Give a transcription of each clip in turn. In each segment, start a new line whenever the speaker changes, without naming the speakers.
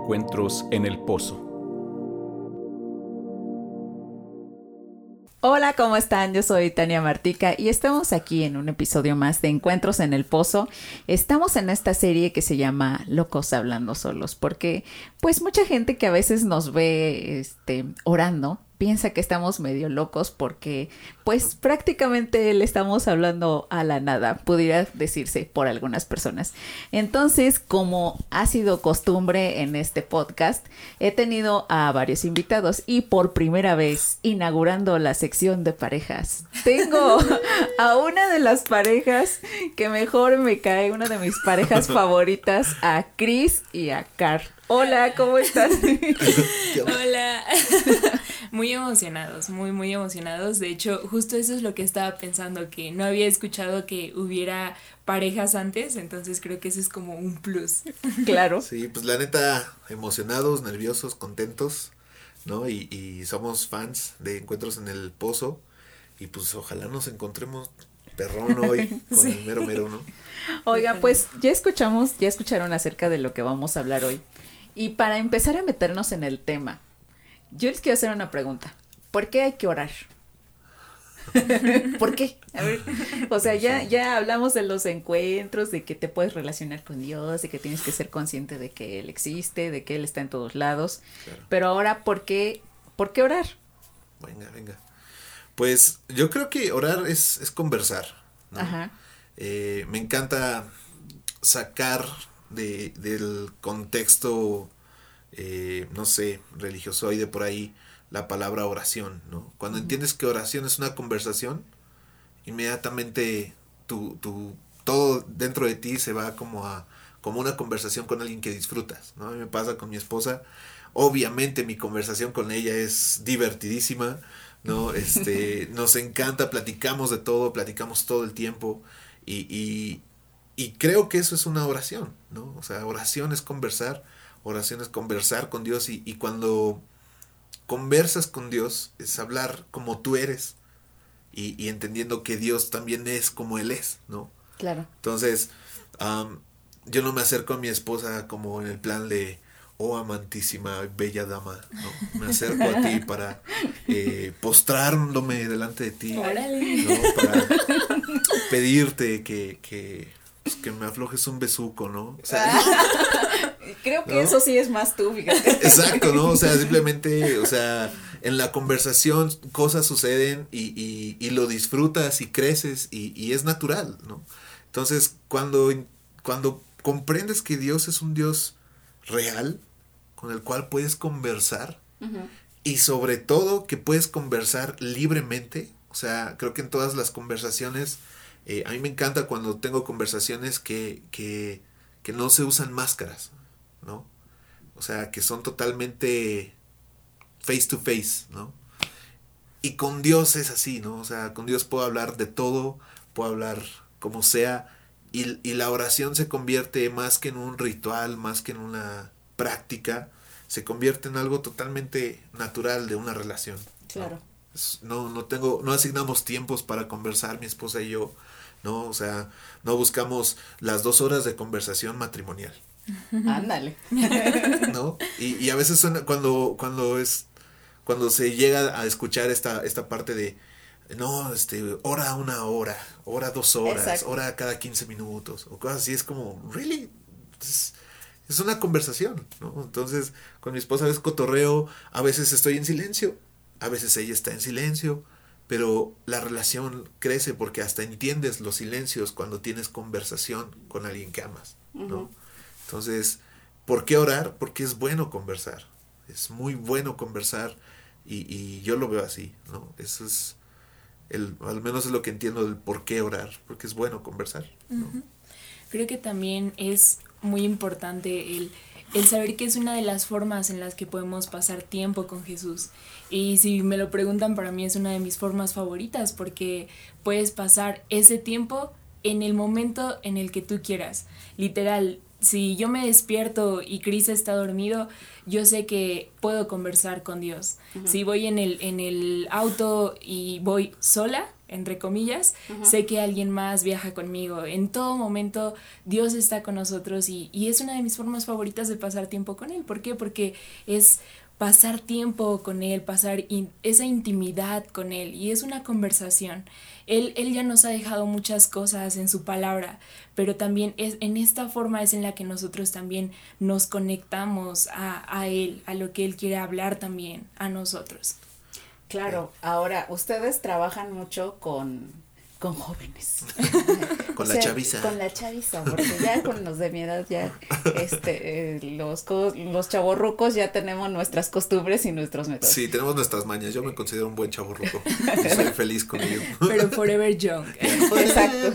Encuentros en el Pozo.
Hola, ¿cómo están? Yo soy Tania Martica y estamos aquí en un episodio más de Encuentros en el Pozo. Estamos en esta serie que se llama Locos Hablando Solos, porque pues mucha gente que a veces nos ve orando piensa que estamos medio locos porque pues prácticamente le estamos hablando a la nada, pudiera decirse por algunas personas. Entonces, como ha sido costumbre en este podcast, he tenido a varios invitados y por primera vez, inaugurando la sección de parejas, tengo a una de las parejas que mejor me cae, una de mis parejas favoritas, a Cris y a Car. Hola, ¿cómo estás?
Hola. Muy emocionados, muy emocionados. De hecho, justo eso es lo que estaba pensando, que no había escuchado que hubiera parejas antes, entonces creo que eso es como un plus.
Claro.
Sí, pues la neta, emocionados, nerviosos, contentos, ¿no? Y somos fans de Encuentros en el Pozo y pues ojalá nos encontremos perrón hoy con
Sí.
el mero, ¿no?
Oiga, pues ya escucharon acerca de lo que vamos a hablar hoy. Y para empezar a meternos en el tema, yo les quiero hacer una pregunta. ¿Por qué hay que orar? ¿Por qué? A ver, o sea, ya hablamos de los encuentros, de que te puedes relacionar con Dios, de que tienes que ser consciente de que Él existe, de que Él está en todos lados.
Claro.
Pero ahora, ¿por qué orar?
Venga. Pues yo creo que orar es conversar, ¿no?
Ajá.
Me encanta sacar del contexto, no sé, religioso y de por ahí la palabra oración, ¿no? Cuando entiendes que oración es una conversación, inmediatamente todo dentro de ti se va como una conversación con alguien que disfrutas, ¿no? A mí me pasa con mi esposa. Obviamente mi conversación con ella es divertidísima, ¿no? Nos encanta, platicamos de todo, platicamos todo el tiempo y creo que eso es una oración, ¿no? O sea, oración es conversar con Dios y cuando conversas con Dios es hablar como tú eres y entendiendo que Dios también es como Él es, ¿no?
Claro.
Entonces, yo no me acerco a mi esposa como en el plan de, oh amantísima, bella dama, ¿no? Me acerco a ti para postrándome delante de ti,
Órale.
¿no? Para pedirte que me aflojes un besuco, ¿no? O sea,
Creo que
¿no?
eso sí es más tú, fíjate.
exacto, ¿no? O sea, simplemente, o sea, en la conversación cosas suceden y lo disfrutas y creces y es natural, ¿no? Entonces, cuando comprendes que Dios es un Dios real, con el cual puedes conversar,
Uh-huh.
y sobre todo que puedes conversar libremente, o sea, creo que en todas las conversaciones, a mí me encanta cuando tengo conversaciones que no se usan máscaras, ¿no? O sea, que son totalmente face to face, ¿no? Y con Dios es así, ¿no? O sea, con Dios puedo hablar de todo, puedo hablar como sea, y la oración se convierte más que en un ritual, más que en una práctica, se convierte en algo totalmente natural de una relación,
Claro.
no asignamos tiempos para conversar mi esposa y yo, ¿no? O sea, no buscamos las 2 horas de conversación matrimonial,
Ándale.
¿no? Y a veces suena cuando se llega a escuchar esta parte de no, ora 1 hora, ora 2 horas,
Exacto.
ora cada 15 minutos, o cosas así, es como, really, es una conversación, ¿no? Entonces, con mi esposa a veces cotorreo, a veces estoy en silencio, a veces ella está en silencio, pero la relación crece porque hasta entiendes los silencios cuando tienes conversación con alguien que amas, ¿no?
Uh-huh.
Entonces, ¿por qué orar? Porque es bueno conversar, es muy bueno conversar y yo lo veo así, ¿no? Eso es, al menos es lo que entiendo del por qué orar, porque es bueno conversar, ¿no?
Uh-huh. Creo que también es muy importante el saber que es una de las formas en las que podemos pasar tiempo con Jesús. Y si me lo preguntan, para mí es una de mis formas favoritas porque puedes pasar ese tiempo en el momento en el que tú quieras. Literal, si yo me despierto y Cris está dormido, yo sé que puedo conversar con Dios. Uh-huh. Si voy en el auto y voy sola, entre comillas, sé que alguien más viaja conmigo. En todo momento Dios está con nosotros y es una de mis formas favoritas de pasar tiempo con Él. ¿Por qué? Porque es pasar tiempo con Él, pasar esa intimidad con Él, y es una conversación. Él ya nos ha dejado muchas cosas en su palabra, pero también en esta forma es en la que nosotros también nos conectamos a Él, a lo que Él quiere hablar también a nosotros.
Claro, ahora ustedes trabajan mucho con jóvenes.
Con la chaviza.
Con la chaviza, porque ya con los de mi edad ya, los chavorrucos ya tenemos nuestras costumbres y nuestros métodos.
Sí, tenemos nuestras mañas. Yo me considero un buen chavorruco y soy feliz con ello.
Pero forever young.
Exacto.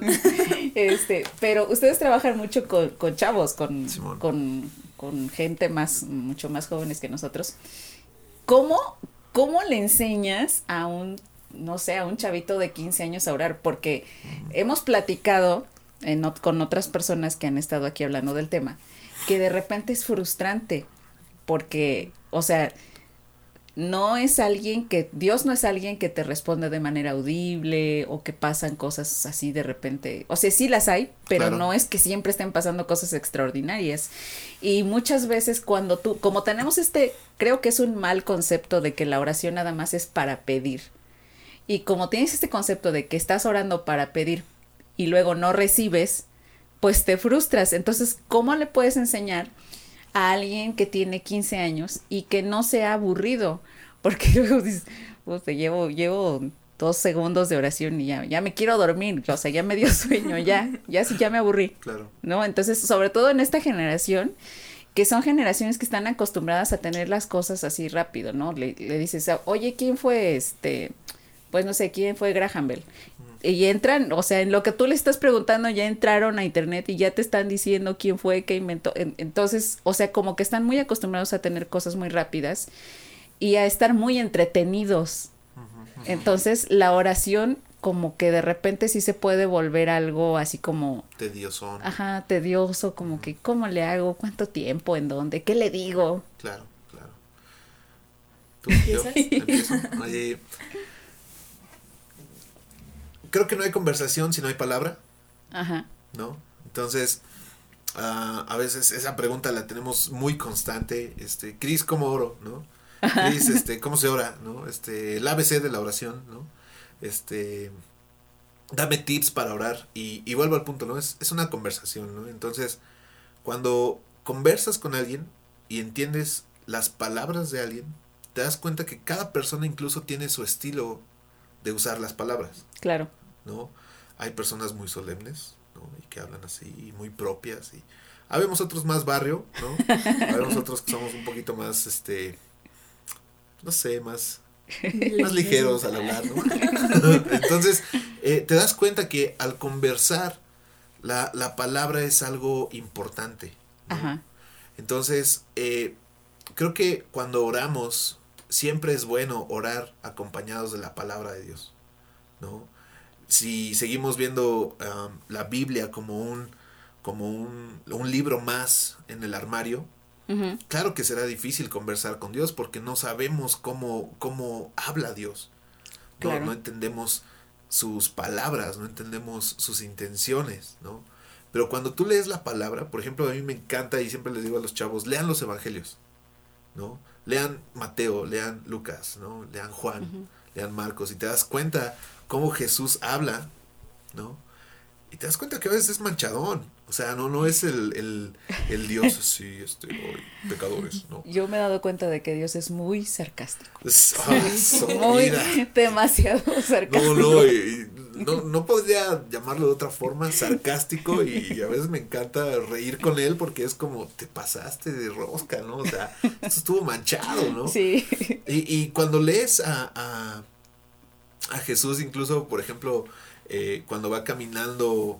Pero ustedes trabajan mucho con chavos, con gente mucho más jóvenes que nosotros. ¿Cómo le enseñas a un chavito de 15 años a orar? Porque hemos platicado con otras personas que han estado aquí hablando del tema, que de repente es frustrante, porque, o sea, Dios no es alguien que te responde de manera audible o que pasan cosas así de repente. O sea, sí las hay, pero claro, no es que siempre estén pasando cosas extraordinarias. Y muchas veces como tenemos creo que es un mal concepto de que la oración nada más es para pedir. Y como tienes este concepto de que estás orando para pedir y luego no recibes, pues te frustras. Entonces, ¿cómo le puedes enseñar a alguien que tiene 15 años y que no sea aburrido? Porque luego dices, llevo 2 segundos de oración y ya me quiero dormir, o sea, ya me dio sueño, ya me aburrí.
Claro.
¿No? Entonces, sobre todo en esta generación, que son generaciones que están acostumbradas a tener las cosas así rápido, ¿no? Le dices, oye, ¿quién fue pues no sé, quién fue Graham Bell? Y entran, o sea, en lo que tú le estás preguntando ya entraron a internet y ya te están diciendo quién fue, qué inventó. Entonces, o sea, como que están muy acostumbrados a tener cosas muy rápidas y a estar muy entretenidos. Entonces, la oración como que de repente sí se puede volver algo así como...
tedioso.
Ajá, tedioso, como que ¿cómo le hago? ¿Cuánto tiempo? ¿En dónde? ¿Qué le digo?
Claro. ¿Tú? ¿Yo? Empiezo. Oye, creo que no hay conversación si no hay palabra.
Ajá. ¿No?
Entonces, a veces esa pregunta la tenemos muy constante. Cris, ¿cómo oro? ¿No? Cris, ¿cómo se ora? ¿No? El ABC de la oración, ¿no? Dame tips para orar. Y vuelvo al punto, ¿no? Es una conversación, ¿no? Entonces, cuando conversas con alguien y entiendes las palabras de alguien, te das cuenta que cada persona incluso tiene su estilo de usar las palabras.
Claro.
¿No? Hay personas muy solemnes, ¿no? Y que hablan así, muy propias. Y habemos otros más barrio, ¿no? Habemos otros que somos un poquito más, no sé, más ligeros al hablar, ¿no? Entonces, te das cuenta que al conversar, la palabra es algo importante, ¿no?
Ajá.
Entonces, creo que cuando oramos, siempre es bueno orar acompañados de la palabra de Dios, ¿no? Si seguimos viendo la Biblia como un libro más en el armario, uh-huh, claro que será difícil conversar con Dios porque no sabemos cómo habla Dios. Claro. No entendemos sus palabras, no entendemos sus intenciones, ¿no? Pero cuando tú lees la palabra, por ejemplo, a mí me encanta y siempre les digo a los chavos, lean los evangelios, ¿no? Lean Mateo, lean Lucas, ¿no? Lean Juan, uh-huh, lean Marcos, y te das cuenta cómo Jesús habla, ¿no? Y te das cuenta que a veces es manchadón. O sea, no es el Dios así, hoy, pecadores, ¿no?
Yo me he dado cuenta de que Dios es muy sarcástico.
Muy
demasiado sarcástico.
No podría llamarlo de otra forma, sarcástico, y a veces me encanta reír con él porque es como, te pasaste de rosca, ¿no? O sea, esto estuvo manchado, ¿no?
Sí.
Y cuando lees a Jesús, incluso, por ejemplo, cuando va caminando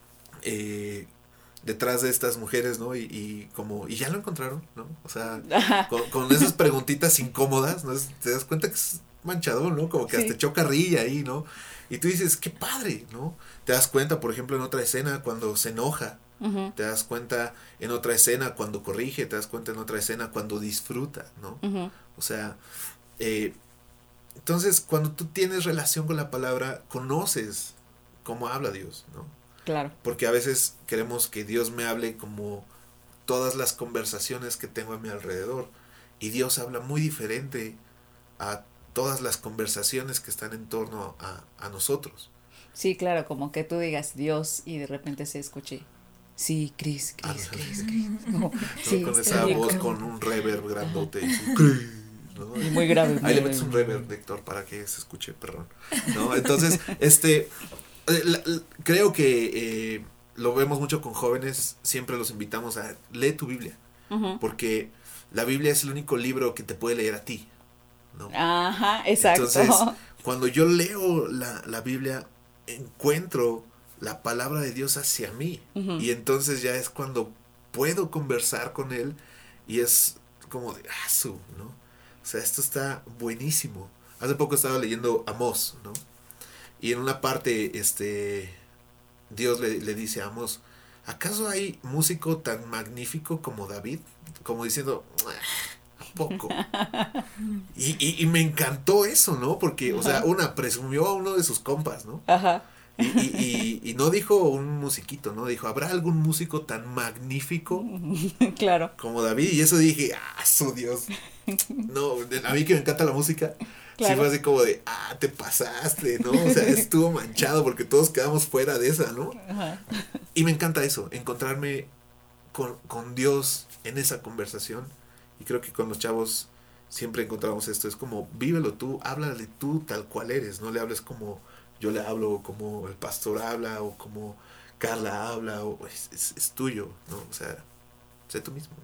detrás de estas mujeres, ¿no? Y ya lo encontraron, ¿no? O sea, con esas preguntitas incómodas, ¿no? Te das cuenta que es manchadón, ¿no? Como que sí, hasta echó carrilla ahí, ¿no? Y tú dices, qué padre, ¿no? Te das cuenta, por ejemplo, en otra escena cuando se enoja, uh-huh, te das cuenta en otra escena cuando corrige, te das cuenta en otra escena cuando disfruta, ¿no? Uh-huh. O sea, Entonces, cuando tú tienes relación con la palabra, conoces cómo habla Dios, ¿no?
Claro.
Porque a veces queremos que Dios me hable como todas las conversaciones que tengo a mi alrededor. Y Dios habla muy diferente a todas las conversaciones que están en torno a nosotros.
Sí, claro, como que tú digas Dios y de repente se escuche. Sí, Cris. No, sí,
con esa voz, con un reverb grandote. ¿No?
Y muy grave.
Ahí le metes un reverb, Héctor, para que se escuche, perdón. ¿No? Entonces, creo que lo vemos mucho con jóvenes, siempre los invitamos a leer tu Biblia, porque la Biblia es el único libro que te puede leer a ti, ¿no?
Ajá, exacto.
Entonces, cuando yo leo la Biblia, encuentro la palabra de Dios hacia mí, y entonces ya es cuando puedo conversar con él, y es como de, ¿no? O sea, esto está buenísimo. Hace poco estaba leyendo Amós, ¿no? Y en una parte, Dios le dice a Amós, ¿acaso hay músico tan magnífico como David? Como diciendo, ¿a poco? Y me encantó eso, ¿no? Porque, o sea, presumió a uno de sus compas, ¿no?
Ajá.
Y no dijo un musiquito, ¿no? Dijo, ¿habrá algún músico tan magnífico
claro.
como David? Y eso dije, su Dios. No, a mí que me encanta la música, claro. Sí fue así como de, te pasaste, ¿no? O sea, estuvo manchado porque todos quedamos fuera de esa, ¿no?
Ajá.
Y me encanta eso, encontrarme con Dios en esa conversación. Y creo que con los chavos siempre encontramos esto, es como, vívelo tú, háblale tú tal cual eres, no le hables como yo le hablo, como el pastor habla, o como Carla habla, o es tuyo, ¿no? O sea, sé tú mismo.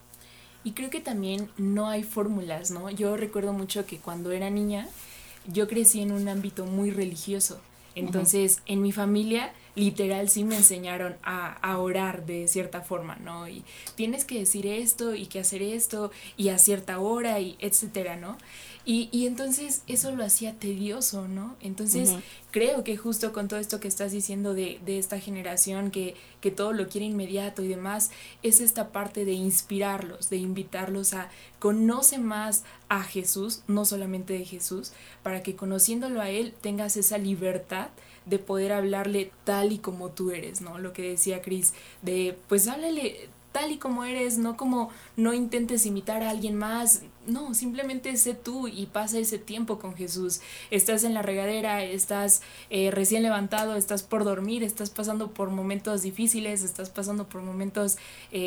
Y creo que también no hay fórmulas, ¿no? Yo recuerdo mucho que cuando era niña, yo crecí en un ámbito muy religioso. Entonces, en mi familia, literal, sí me enseñaron a orar de cierta forma, ¿no? Y tienes que decir esto, y que hacer esto, y a cierta hora, y etcétera, ¿no? Y entonces eso lo hacía tedioso, ¿no? Entonces creo que justo con todo esto que estás diciendo de esta generación que todo lo quiere inmediato y demás, es esta parte de inspirarlos, de invitarlos a conoce más a Jesús, no solamente de Jesús, para que conociéndolo a Él tengas esa libertad de poder hablarle tal y como tú eres, ¿no? Lo que decía Cris, de pues háblale tal y como eres, no como no intentes imitar a alguien más, no, simplemente sé tú y pasa ese tiempo con Jesús. Estás en la regadera, estás recién levantado, estás por dormir, estás pasando por momentos difíciles, estás pasando por momentos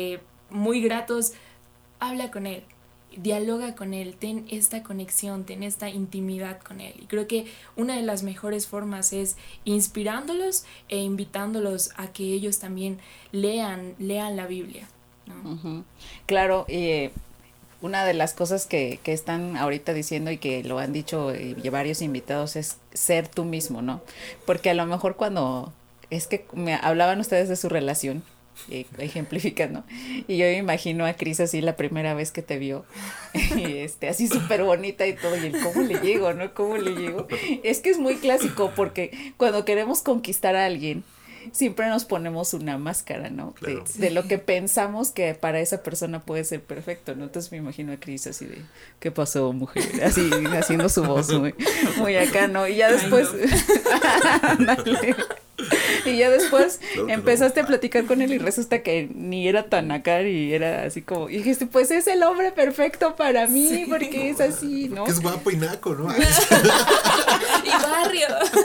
muy gratos, habla con Él, dialoga con Él, ten esta conexión, ten esta intimidad con Él. Y creo que una de las mejores formas es inspirándolos e invitándolos a que ellos también lean la Biblia, ¿no?
Claro, una de las cosas que están ahorita diciendo y que lo han dicho varios invitados es ser tú mismo, ¿no? Porque a lo mejor cuando es que me hablaban ustedes de su relación, ejemplificando, y yo me imagino a Cris así la primera vez que te vio, y así súper bonita y todo, y el cómo le llego, ¿no? ¿Cómo le llego? Es que es muy clásico porque cuando queremos conquistar a alguien, siempre nos ponemos una máscara, ¿no?
Claro.
De lo que pensamos que para esa persona puede ser perfecto, ¿no? Entonces me imagino a Cris así de, ¿qué pasó, mujer? Así, haciendo su voz muy acá, ¿no? Y ya después, y ya después empezaste a platicar con él y resulta que ni era tan acá y era así como, y dijiste, pues es el hombre perfecto para mí, porque es así, ¿no?
Que es guapo y naco, ¿no?
Y barrio.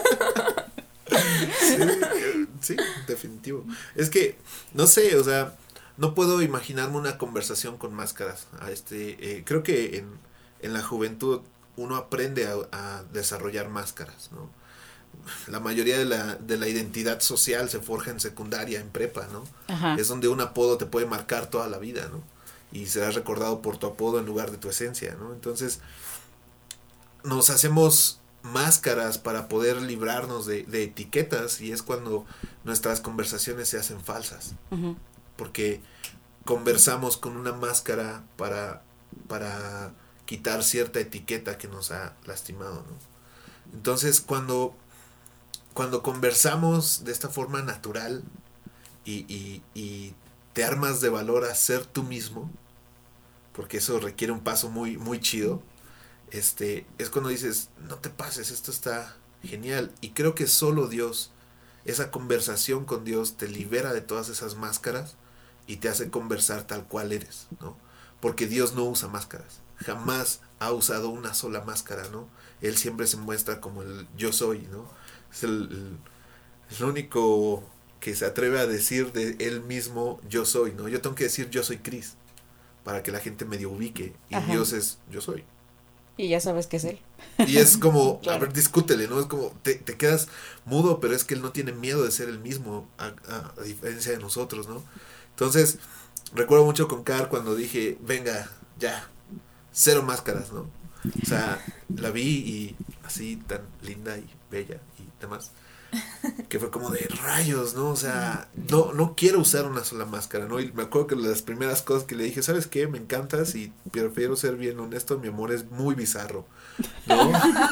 Sí, definitivo. Es que, no sé, o sea, no puedo imaginarme una conversación con máscaras. Creo que en la juventud uno aprende a desarrollar máscaras, ¿no? La mayoría de la identidad social se forja en secundaria, en prepa, ¿no?
Ajá.
Es donde un apodo te puede marcar toda la vida, ¿no? Y serás recordado por tu apodo en lugar de tu esencia, ¿no? Entonces, nos hacemos máscaras para poder librarnos de etiquetas, y es cuando nuestras conversaciones se hacen falsas.
Uh-huh.
Porque conversamos con una máscara para quitar cierta etiqueta que nos ha lastimado, ¿no? Entonces, cuando conversamos de esta forma natural y te armas de valor a ser tú mismo, porque eso requiere un paso muy, muy chido, es cuando dices, no te pases, esto está genial. Y creo que solo Dios, esa conversación con Dios te libera de todas esas máscaras y te hace conversar tal cual eres, ¿no? Porque Dios no usa máscaras, jamás ha usado una sola máscara, ¿no? Él siempre se muestra como el yo soy, ¿no? Es el único que se atreve a decir de él mismo yo soy, ¿no? Yo tengo que decir yo soy Cris para que la gente medio ubique, y
Ajá.
Dios es yo soy.
Y ya sabes que es él.
Y es como,
Claro.
a ver, discútele, ¿no? Es como, te quedas mudo, pero es que él no tiene miedo de ser el mismo, a diferencia de nosotros, ¿no? Entonces, recuerdo mucho con Car cuando dije, venga, ya, 0 máscaras, ¿no? O sea, la vi y así tan linda y bella y demás, que fue como de rayos, ¿no? O sea, no quiero usar una sola máscara, ¿no? Y me acuerdo que las primeras cosas que le dije, ¿sabes qué? Me encantas y prefiero ser bien honesto, mi amor es muy bizarro, ¿no?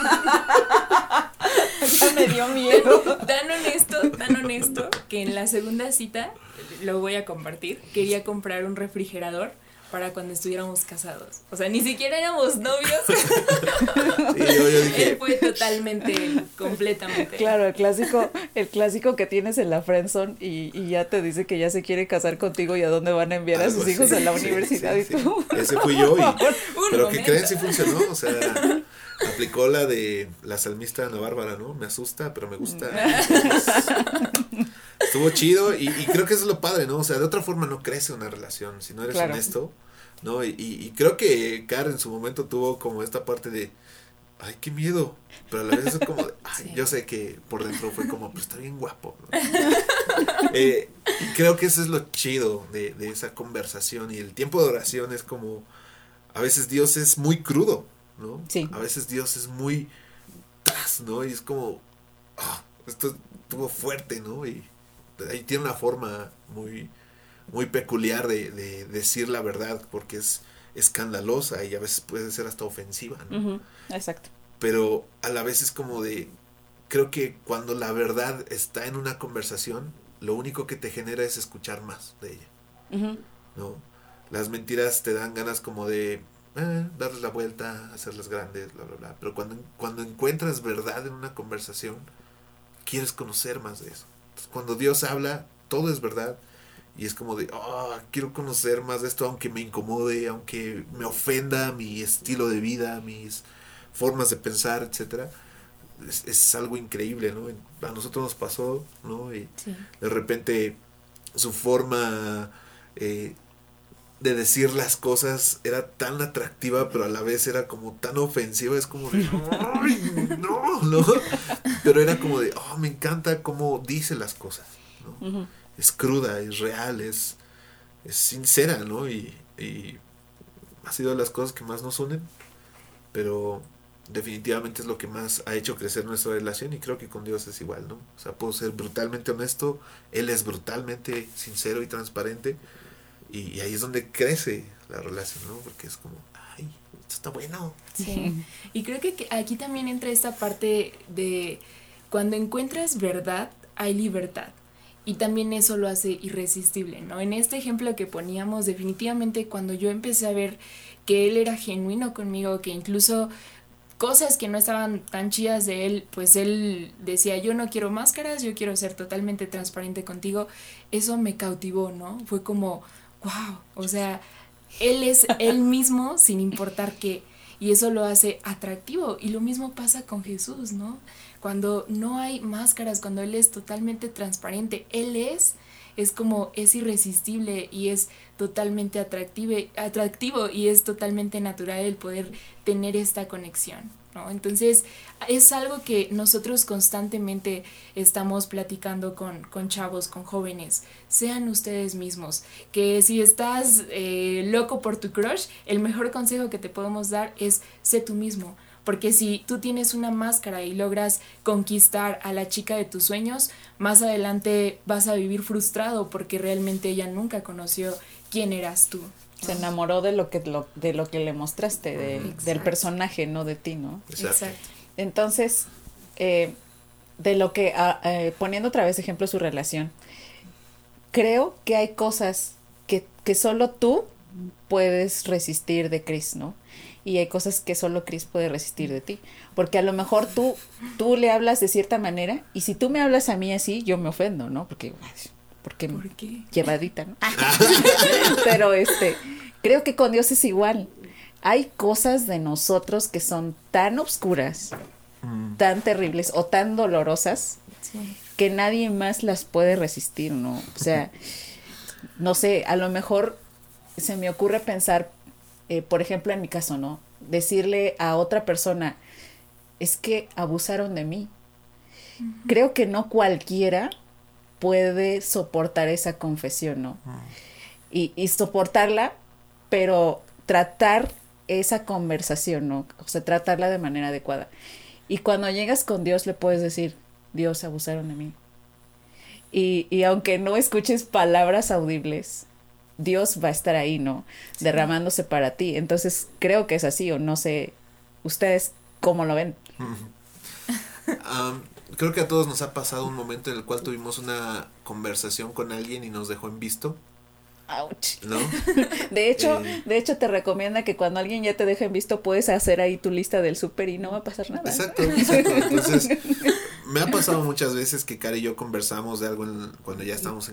Eso me dio miedo.
Tan honesto, que en la segunda cita, lo voy a compartir, quería comprar un refrigerador para cuando estuviéramos casados. O sea, ni siquiera éramos novios.
Sí, yo dije,
Él fue totalmente, completamente.
Claro, el clásico que tienes en la friendzone y ya te dice que ya se quiere casar contigo y a dónde van a enviar a
algo
sus hijos
así,
a la
sí,
universidad
sí,
y
sí.
tú.
Ese fui yo,
Un
pero ¿qué
momento.
creen? Sí funcionó, o sea, aplicó la de la salmista Ana Bárbara, ¿no? Me asusta, pero me gusta. Estuvo chido y creo que eso es lo padre, ¿no? O sea, de otra forma no crece una relación, si no eres
Claro.
honesto, ¿no? Y creo que Car en su momento tuvo como esta parte de, ay, qué miedo, pero a la vez es como, de, ay,
Sí.
yo sé que por dentro fue como, pero está bien guapo, ¿no? Creo que eso es lo chido de esa conversación, y el tiempo de oración es como, a veces Dios es muy crudo, ¿no?
Sí.
A veces Dios es muy tras, ¿no? Y es como, esto estuvo fuerte, ¿no? Y ahí tiene una forma muy, muy peculiar de decir la verdad, porque es escandalosa y a veces puede ser hasta ofensiva, ¿no?
Ujú, exacto.
Pero a la vez es como de, creo que cuando la verdad está en una conversación, lo único que te genera es escuchar más de ella,
Ujú.
¿no? Las mentiras te dan ganas como de darles la vuelta, hacerlas grandes, bla, bla, bla. Pero cuando encuentras verdad en una conversación, quieres conocer más de eso. Entonces, cuando Dios habla, todo es verdad. Y es como de, quiero conocer más de esto, aunque me incomode, aunque me ofenda mi estilo de vida, mis formas de pensar, etcétera. Es algo increíble, ¿no? A nosotros nos pasó, ¿no? Y
Sí.
de repente su forma de decir las cosas era tan atractiva, pero a la vez era como tan ofensiva, es como de, ¡ay, no! Pero era como de, me encanta cómo dice las cosas, ¿no?
Ujú.
Es cruda, es real, es sincera, ¿no? Y ha sido de las cosas que más nos unen, pero definitivamente es lo que más ha hecho crecer nuestra relación, y creo que con Dios es igual, ¿no? O sea, puedo ser brutalmente honesto, Él es brutalmente sincero y transparente, y ahí es donde crece la relación, ¿no? Porque es como, ay, esto está bueno.
Sí. Y creo que aquí también entra esta parte de cuando encuentras verdad, hay libertad. Y también eso lo hace irresistible, ¿no? En este ejemplo que poníamos, definitivamente cuando yo empecé a ver que él era genuino conmigo, que incluso cosas que no estaban tan chidas de él, pues él decía, yo no quiero máscaras, yo quiero ser totalmente transparente contigo, eso me cautivó, ¿no? Fue como, wow, o sea, él es él mismo sin importar qué, y eso lo hace atractivo, y lo mismo pasa con Jesús, ¿no? Cuando no hay máscaras, cuando él es totalmente transparente, él es como, es irresistible y es totalmente atractivo y es totalmente natural el poder tener esta conexión, ¿no? Entonces es algo que nosotros constantemente estamos platicando con chavos, con jóvenes. Sean ustedes mismos, que si estás loco por tu crush, el mejor consejo que te podemos dar es sé tú mismo. Porque si tú tienes una máscara y logras conquistar a la chica de tus sueños, más adelante vas a vivir frustrado porque realmente ella nunca conoció quién eras tú.
Se enamoró de lo que le mostraste, del personaje, no de ti, ¿no?
Exacto.
Entonces, de lo que, poniendo otra vez ejemplo su relación, creo que hay cosas que solo tú puedes resistir de Cris, ¿no? y hay cosas que solo Cris puede resistir de ti, porque a lo mejor tú le hablas de cierta manera y si tú me hablas a mí así, yo me ofendo, ¿no? Porque
¿Por qué?
llevadita, ¿no? Pero creo que con Dios es igual. Hay cosas de nosotros que son tan obscuras, tan terribles o tan dolorosas
Sí.
que nadie más las puede resistir, ¿no? O sea, no sé, a lo mejor se me ocurre pensar, por ejemplo, en mi caso, ¿no? Decirle a otra persona, es que abusaron de mí. Creo que no cualquiera puede soportar esa confesión, ¿no? Y soportarla, pero tratar esa conversación, ¿no? O sea, tratarla de manera adecuada. Y cuando llegas con Dios le puedes decir, Dios, abusaron de mí. Y aunque no escuches palabras audibles, Dios va a estar ahí, ¿no?
Sí.
Derramándose para ti. Entonces, creo que es así, o no sé, ustedes cómo lo ven.
Creo que a todos nos ha pasado un momento en el cual tuvimos una conversación con alguien y nos dejó en visto,
Ouch.
¿no?
De hecho, te recomienda que cuando alguien ya te deje en visto, puedes hacer ahí tu lista del súper y no va a pasar nada.
Exacto, exacto. Entonces, me ha pasado muchas veces que Cara y yo conversamos de algo cuando ya estamos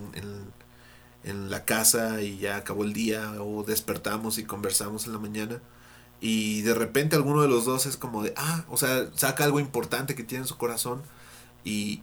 en la casa y ya acabó el día o despertamos y conversamos en la mañana y de repente alguno de los dos es como de, o sea, saca algo importante que tiene en su corazón y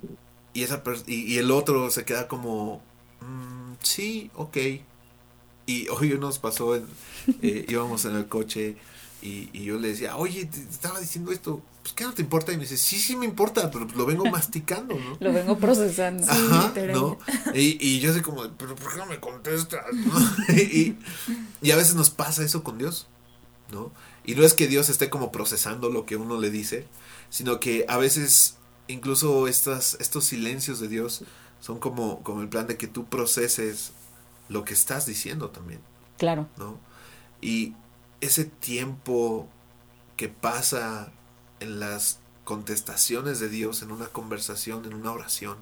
el otro se queda como, sí, ok. Y hoy nos pasó, íbamos en el coche y yo le decía, oye, te estaba diciendo esto, pues ¿qué no te importa? Y me dice, sí me importa, pero lo vengo masticando, ¿no?
Lo vengo procesando.
Ajá,
literal.
¿no? Y yo así como, pero ¿por qué no me contestas? ¿No? Y a veces nos pasa eso con Dios, ¿no? Y no es que Dios esté como procesando lo que uno le dice, sino que a veces incluso estos silencios de Dios son como el plan de que tú proceses lo que estás diciendo también,
Claro.
¿no? Y ese tiempo que pasa en las contestaciones de Dios, en una conversación, en una oración,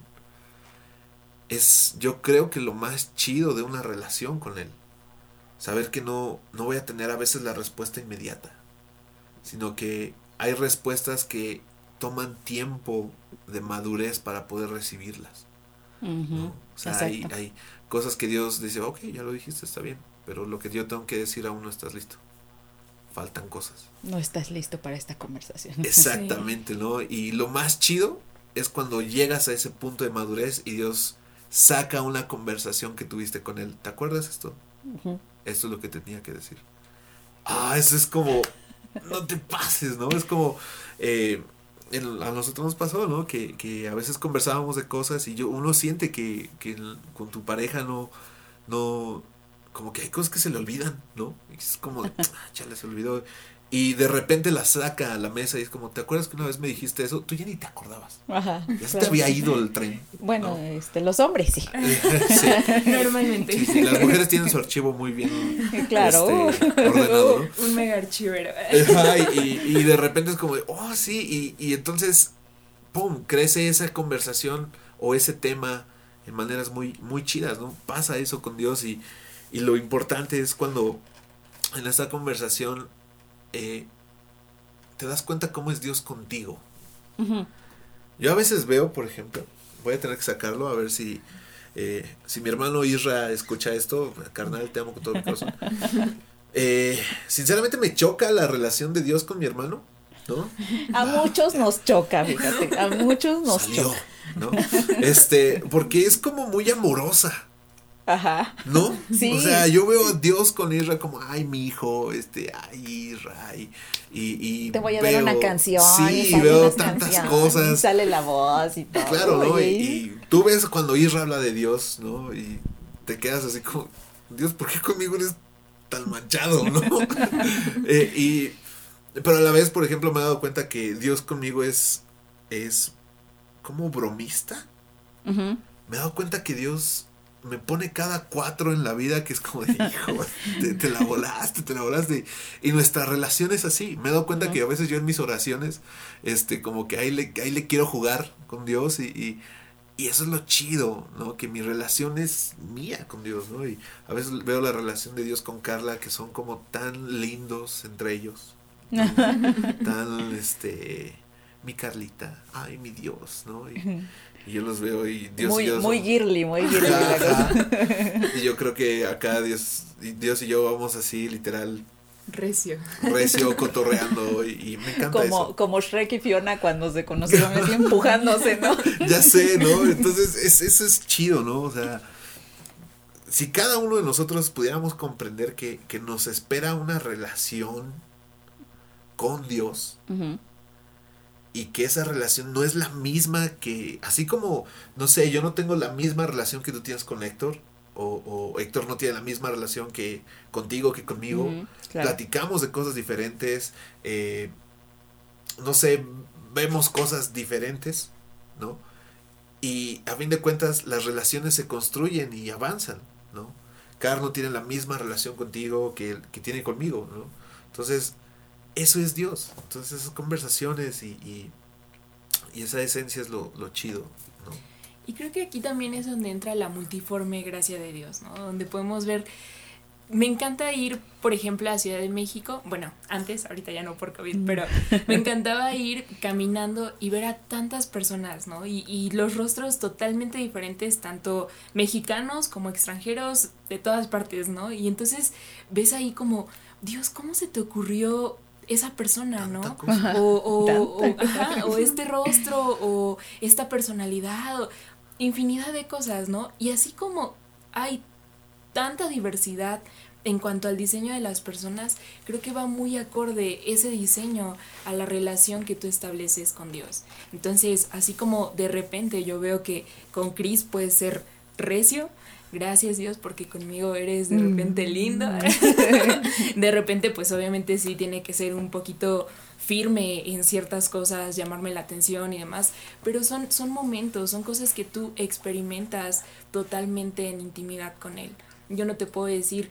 es, yo creo que lo más chido de una relación con Él. Saber que no voy a tener a veces la respuesta inmediata, sino que hay respuestas que toman tiempo de madurez para poder recibirlas, ¿no? O sea, hay cosas que Dios dice, ok, ya lo dijiste, está bien, pero lo que yo tengo que decir aún no estás listo. Faltan cosas.
No estás listo para esta conversación.
Exactamente, ¿no? Y lo más chido es cuando llegas a ese punto de madurez y Dios saca una conversación que tuviste con Él. ¿Te acuerdas esto?
Uh-huh.
Esto es lo que tenía que decir. Eso es como, no te pases, ¿no? Es como, a nosotros nos pasó, ¿no? Que a veces conversábamos de cosas y uno siente que con tu pareja no, como que hay cosas que se le olvidan, ¿no? Y es como, ya les olvidó. Y de repente la saca a la mesa y es como, ¿te acuerdas que una vez me dijiste eso? Tú ya ni te acordabas.
Ajá.
Ya se te había ido el tren.
Bueno,
¿no?
Los hombres sí.
Sí.
Normalmente.
Sí, las mujeres tienen su archivo muy bien
Claro.
ordenado, ¿no?
Un mega archivero.
Y de repente es como de, sí, y entonces, pum, crece esa conversación o ese tema en maneras muy, muy chidas, ¿no? Pasa eso con Dios y lo importante es cuando en esta conversación te das cuenta cómo es Dios contigo.
Uh-huh.
Yo a veces veo, por ejemplo, voy a tener que sacarlo a ver si mi hermano Isra escucha esto, carnal, te amo con todo mi corazón. Sinceramente me choca la relación de Dios con mi hermano, ¿no?
A muchos nos choca, fíjate, a muchos nos
salió,
choca.
¿no? Porque es como muy amorosa.
Ajá.
¿No?
Sí.
O sea, yo veo a Dios con Isra como, ay, mi hijo, ay, Isra, y
te voy a dar una canción.
Sí,
y
veo tantas cosas.
Y sale la voz y todo.
Claro, ¿no? Y tú ves cuando Isra habla de Dios, ¿no? Y te quedas así como, Dios, ¿por qué conmigo eres tan manchado, no? Pero a la vez, por ejemplo, me he dado cuenta que Dios conmigo es como bromista.
Uh-huh.
Me he dado cuenta que Dios me pone cada 4 en la vida que es como de, hijo, te la volaste. Y nuestra relación es así. Me he dado cuenta que a veces yo en mis oraciones, como que ahí le quiero jugar con Dios y eso es lo chido, ¿no? Que mi relación es mía con Dios, ¿no? Y a veces veo la relación de Dios con Carla que son como tan lindos entre ellos, ¿no? Tan, mi Carlita, ay, mi Dios, ¿no? Y yo los veo y Dios
muy,
y yo
muy girly, muy girly
ajá,
la cosa.
y yo creo que acá Dios y yo vamos así, literal,
Recio.
cotorreando y me encanta eso.
Como Shrek y Fiona cuando se conocieron así empujándose, ¿no?
Ya sé, ¿no? Entonces eso es chido, ¿no? O sea, si cada uno de nosotros pudiéramos comprender que nos espera una relación con Dios,
Uh-huh.
y que esa relación no es la misma que, así como, no sé, yo no tengo la misma relación que tú tienes con Héctor, o Héctor no tiene la misma relación que contigo, que conmigo,
Claro.
platicamos de cosas diferentes, no sé, vemos cosas diferentes, ¿no? Y a fin de cuentas las relaciones se construyen y avanzan, ¿no? Car no tiene la misma relación contigo que tiene conmigo, ¿no? Entonces, eso es Dios. Entonces esas conversaciones y esa esencia es lo chido, ¿no?
Y creo que aquí también es donde entra la multiforme gracia de Dios, ¿no? Donde podemos ver, me encanta ir, por ejemplo, a Ciudad de México, bueno, antes, ahorita ya no por COVID, pero me encantaba ir caminando y ver a tantas personas, ¿no? Y los rostros totalmente diferentes, tanto mexicanos como extranjeros, de todas partes, ¿no? Y entonces ves ahí como, Dios, ¿cómo se te ocurrió esa persona, ¿no? O este rostro, o esta personalidad, o infinidad de cosas, ¿no? Y así como hay tanta diversidad en cuanto al diseño de las personas, creo que va muy acorde ese diseño a la relación que tú estableces con Dios. Entonces, así como de repente yo veo que con Chris puedes ser recio, gracias Dios porque conmigo eres de repente lindo. De repente pues obviamente sí tiene que ser un poquito firme en ciertas cosas, llamarme la atención y demás, pero son momentos, son cosas que tú experimentas totalmente en intimidad con él. Yo no te puedo decir,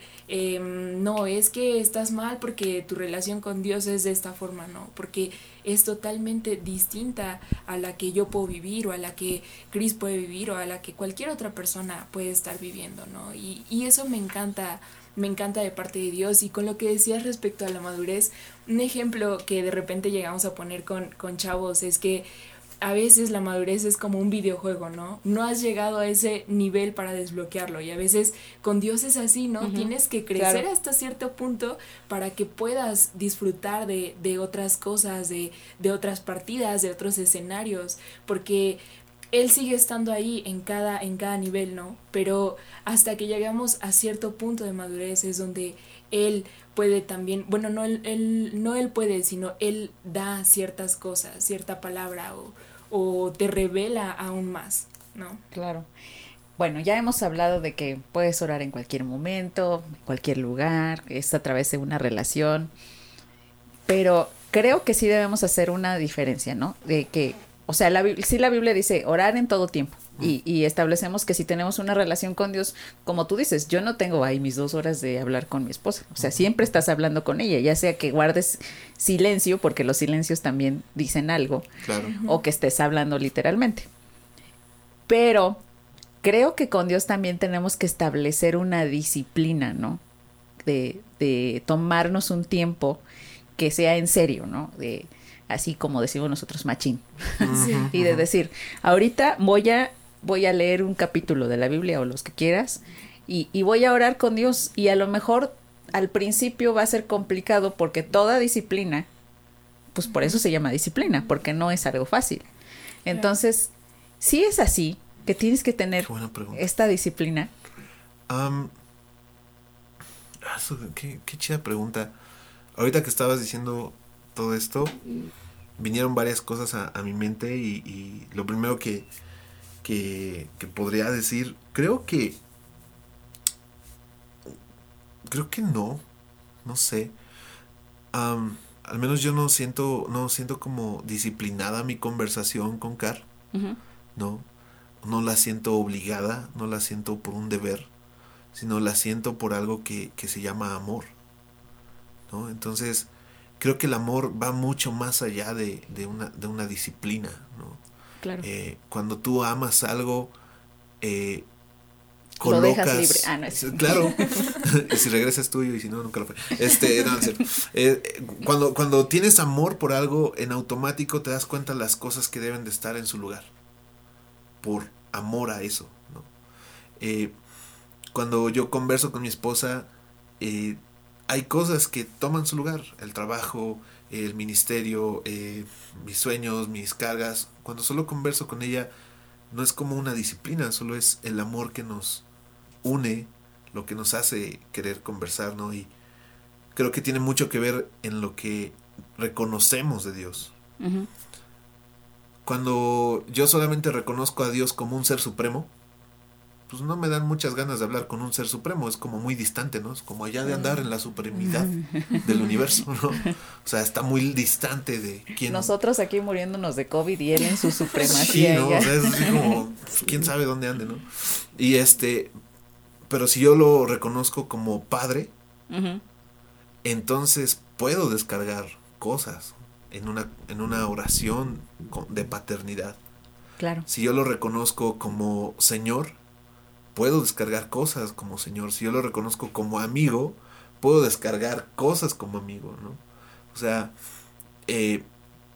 no, es que estás mal porque tu relación con Dios es de esta forma, no, porque es totalmente distinta a la que yo puedo vivir o a la que Chris puede vivir o a la que cualquier otra persona puede estar viviendo, ¿no? Y eso me encanta de parte de Dios. Y con lo que decías respecto a la madurez, un ejemplo que de repente llegamos a poner con chavos es que a veces la madurez es como un videojuego, ¿no? No has llegado a ese nivel para desbloquearlo y a veces con Dios es así, ¿no? Tienes que crecer hasta cierto punto para que puedas disfrutar de otras cosas, de otras partidas, de otros escenarios, porque Él sigue estando ahí en cada nivel, ¿no? Pero hasta que llegamos a cierto punto de madurez es donde Él puede también, bueno, no él puede, sino Él da ciertas cosas, cierta palabra o te revela aún más, ¿no?
Claro. Bueno, ya hemos hablado de que puedes orar en cualquier momento, en cualquier lugar, es a través de una relación, pero creo que sí debemos hacer una diferencia, ¿no? De que, o sea, la Biblia dice orar en todo tiempo. Y establecemos que si tenemos una relación con Dios, como tú dices, yo no tengo ahí mis 2 horas de hablar con mi esposa. O sea, siempre estás hablando con ella, ya sea que guardes silencio, porque los silencios también dicen algo,
claro,
o que estés hablando literalmente. Pero creo que con Dios también tenemos que establecer una disciplina, ¿no? De tomarnos un tiempo que sea en serio, ¿no? Así como decimos nosotros, machín. Sí. Y de decir, ahorita voy a leer un capítulo de la Biblia o los que quieras y voy a orar con Dios, y a lo mejor al principio va a ser complicado porque toda disciplina, pues por eso se llama disciplina, porque no es algo fácil. Entonces, sí es así que tienes que tener esta disciplina.
Qué chida pregunta. Ahorita que estabas diciendo todo esto, vinieron varias cosas a mi mente y lo primero que podría decir, creo que no sé, al menos yo no siento como disciplinada mi conversación con Car, no la siento obligada, no la siento por un deber, sino la siento por algo que se llama amor, ¿no? Entonces creo que el amor va mucho más allá de una disciplina, ¿no?
Claro.
Cuando tú amas algo,
lo dejas libre. Ah, no es.
Claro. Y si regresa es tuyo y si no, nunca lo fue. No, es cierto. Cuando tienes amor por algo, en automático te das cuenta de las cosas que deben de estar en su lugar. Por amor a eso, ¿no? Cuando yo converso con mi esposa, hay cosas que toman su lugar. El trabajo, el ministerio, mis sueños, mis cargas. Cuando solo converso con ella, no es como una disciplina, solo es el amor que nos une, lo que nos hace querer conversar, ¿no? Y creo que tiene mucho que ver en lo que reconocemos de Dios.
Uh-huh.
Cuando yo solamente reconozco a Dios como un ser supremo, pues no me dan muchas ganas de hablar con un ser supremo, es como muy distante, ¿no? Es como allá de andar en la supremidad del universo, ¿no? O sea, está muy distante de quién.
Nosotros aquí muriéndonos de COVID y él en su supremacía.
Sí, ¿no? O sea, es así como, quién sabe dónde ande, ¿no? Y pero si yo lo reconozco como padre,
uh-huh,
entonces puedo descargar cosas en una oración de paternidad.
Claro.
Si yo lo reconozco como Señor, puedo descargar cosas como Señor. Si yo lo reconozco como amigo, puedo descargar cosas como amigo, ¿no? O sea, en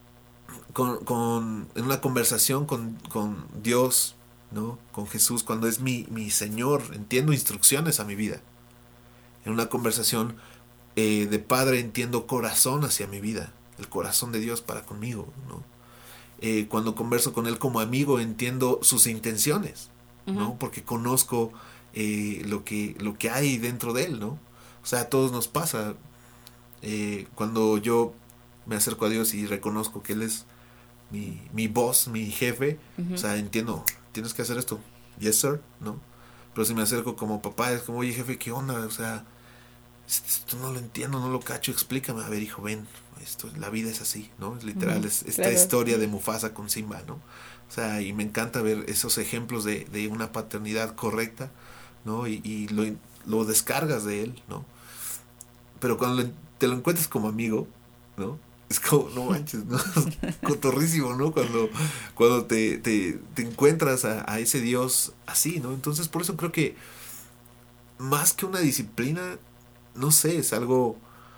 una conversación con Dios, ¿no? Con Jesús, cuando es mi Señor, entiendo instrucciones a mi vida. En una conversación de padre, entiendo corazón hacia mi vida, el corazón de Dios para conmigo, ¿no? Cuando converso con Él como amigo, entiendo sus intenciones, ¿no? Porque conozco lo que hay dentro de Él, ¿no? O sea, a todos nos pasa. Cuando yo me acerco a Dios y reconozco que Él es mi boss, mi jefe,
uh-huh,
o sea, entiendo, tienes que hacer esto, yes sir, ¿no? Pero si me acerco como papá, es como, oye jefe, ¿qué onda? O sea, esto no lo entiendo, no lo cacho, explícame. A ver, hijo, ven, la vida es así, ¿no? Es literal, es esta
claro,
historia de Mufasa con Simba, ¿no? O sea, y me encanta ver esos ejemplos de una paternidad correcta, ¿no? Y lo descargas de él, ¿no? Pero cuando te lo encuentras como amigo, ¿no? Es como, no manches, ¿no? Cotorrísimo, ¿no? Cuando te encuentras a ese Dios así, ¿no? Entonces, por eso creo que más que una disciplina, no sé, es algo,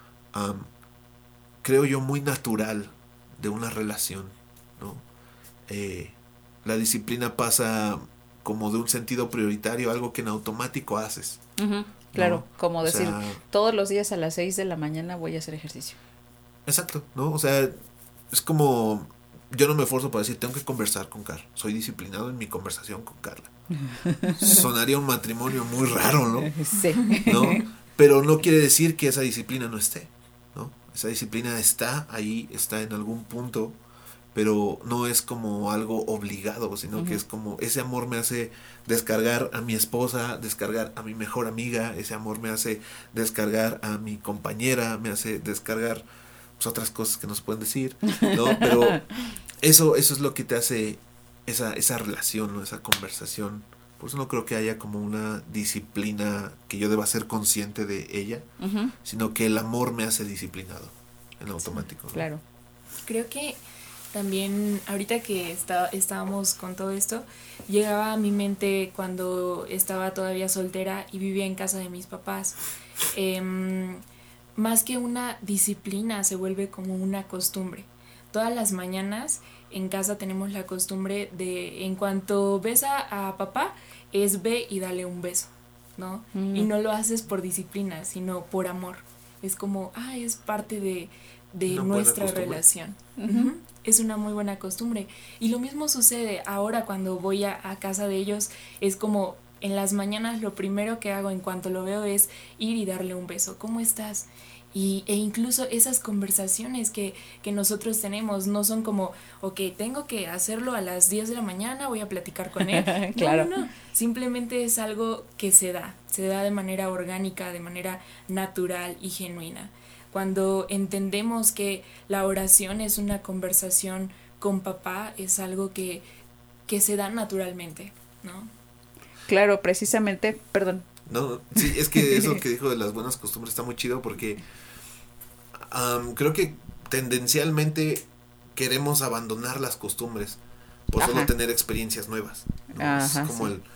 creo yo, muy natural de una relación, ¿no? La disciplina pasa como de un sentido prioritario, algo que en automático haces.
uh-huh, claro,
¿no?
como decir,
o sea,
todos los días a las 6 de la mañana voy a hacer ejercicio.
Exacto, ¿no? O sea, es como, yo no me esfuerzo para decir, tengo que conversar con Carla, soy disciplinado en mi conversación con Carla. Sonaría un matrimonio muy raro, ¿no?
Sí.
¿No? Pero no quiere decir que esa disciplina no esté, ¿no? Esa disciplina está ahí, está en algún punto, pero no es como algo obligado, sino uh-huh, que es como, ese amor me hace descargar a mi esposa, descargar a mi mejor amiga, ese amor me hace descargar a mi compañera, me hace descargar pues, otras cosas que no se pueden decir, ¿no? Pero eso es lo que te hace esa relación, ¿no? Esa conversación. Por eso no creo que haya como una disciplina que yo deba ser consciente de ella,
uh-huh,
sino que el amor me hace disciplinado en automático, ¿no?
Claro.
Creo que también ahorita que estábamos con todo esto, llegaba a mi mente cuando estaba todavía soltera y vivía en casa de mis papás. Más que una disciplina, se vuelve como una costumbre. Todas las mañanas en casa tenemos la costumbre de, en cuanto ves a papá, es ve y dale un beso, ¿no? Y no lo haces por disciplina, sino por amor. Es como, es parte de nuestra relación. Uh-huh. Es una muy buena costumbre. Y lo mismo sucede ahora cuando voy a casa de ellos. Es como en las mañanas lo primero que hago en cuanto lo veo es ir y darle un beso. ¿Cómo estás? E incluso esas conversaciones que nosotros tenemos no son como, ok, tengo que hacerlo a las 10 de la mañana, voy a platicar con él.
Claro.
No. Simplemente es algo que se da de manera orgánica, de manera natural y genuina. Cuando entendemos que la oración es una conversación con papá, es algo que se da naturalmente, ¿no?
Claro, precisamente, perdón.
No, sí, es que eso que dijo de las buenas costumbres está muy chido porque creo que tendencialmente queremos abandonar las costumbres por solo tener experiencias nuevas, ¿no?
Ajá,
es como
sí.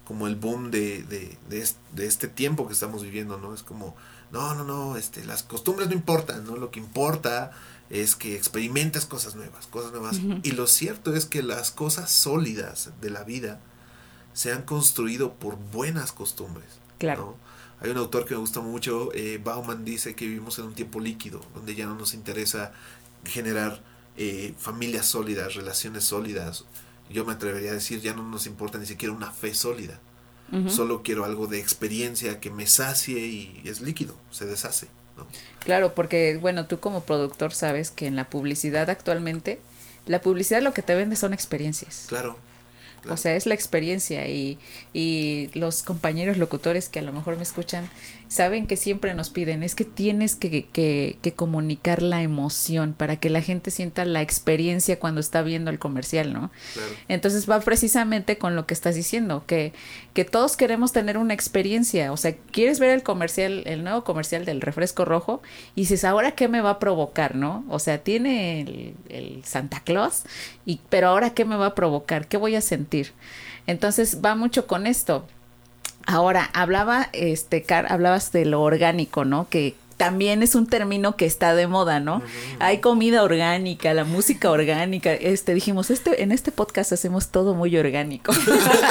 como el boom de este tiempo que estamos viviendo, ¿no? Es como, no, las costumbres no importan, ¿no? Lo que importa es que experimentes cosas nuevas. Uh-huh. Y lo cierto es que las cosas sólidas de la vida se han construido por buenas costumbres.
Claro.
¿No? Hay un autor que me gusta mucho, Bauman, dice que vivimos en un tiempo líquido, donde ya no nos interesa generar familias sólidas, relaciones sólidas. Yo me atrevería a decir, ya no nos importa ni siquiera una fe sólida. Uh-huh. Solo quiero algo de experiencia que me sacie y es líquido, se deshace, ¿no?
Claro, porque bueno, tú como productor sabes que en la publicidad actualmente, la publicidad lo que te vende son experiencias.
Claro.
O sea, es la experiencia y los compañeros locutores que a lo mejor me escuchan saben que siempre nos piden, es que tienes que comunicar la emoción para que la gente sienta la experiencia cuando está viendo el comercial, ¿no?
Claro.
Entonces va precisamente con lo que estás diciendo, que todos queremos tener una experiencia, o sea, quieres ver el comercial, el nuevo comercial del refresco rojo y dices, ¿ahora qué me va a provocar, no? O sea, tiene el Santa Claus, pero ¿ahora qué me va a provocar? ¿Qué voy a sentir? Entonces va mucho con esto. Ahora, hablabas de lo orgánico, ¿no? Que también es un término que está de moda, ¿no? Uh-huh. Hay comida orgánica, la música orgánica. Dijimos, en este podcast hacemos todo muy orgánico.
Sí,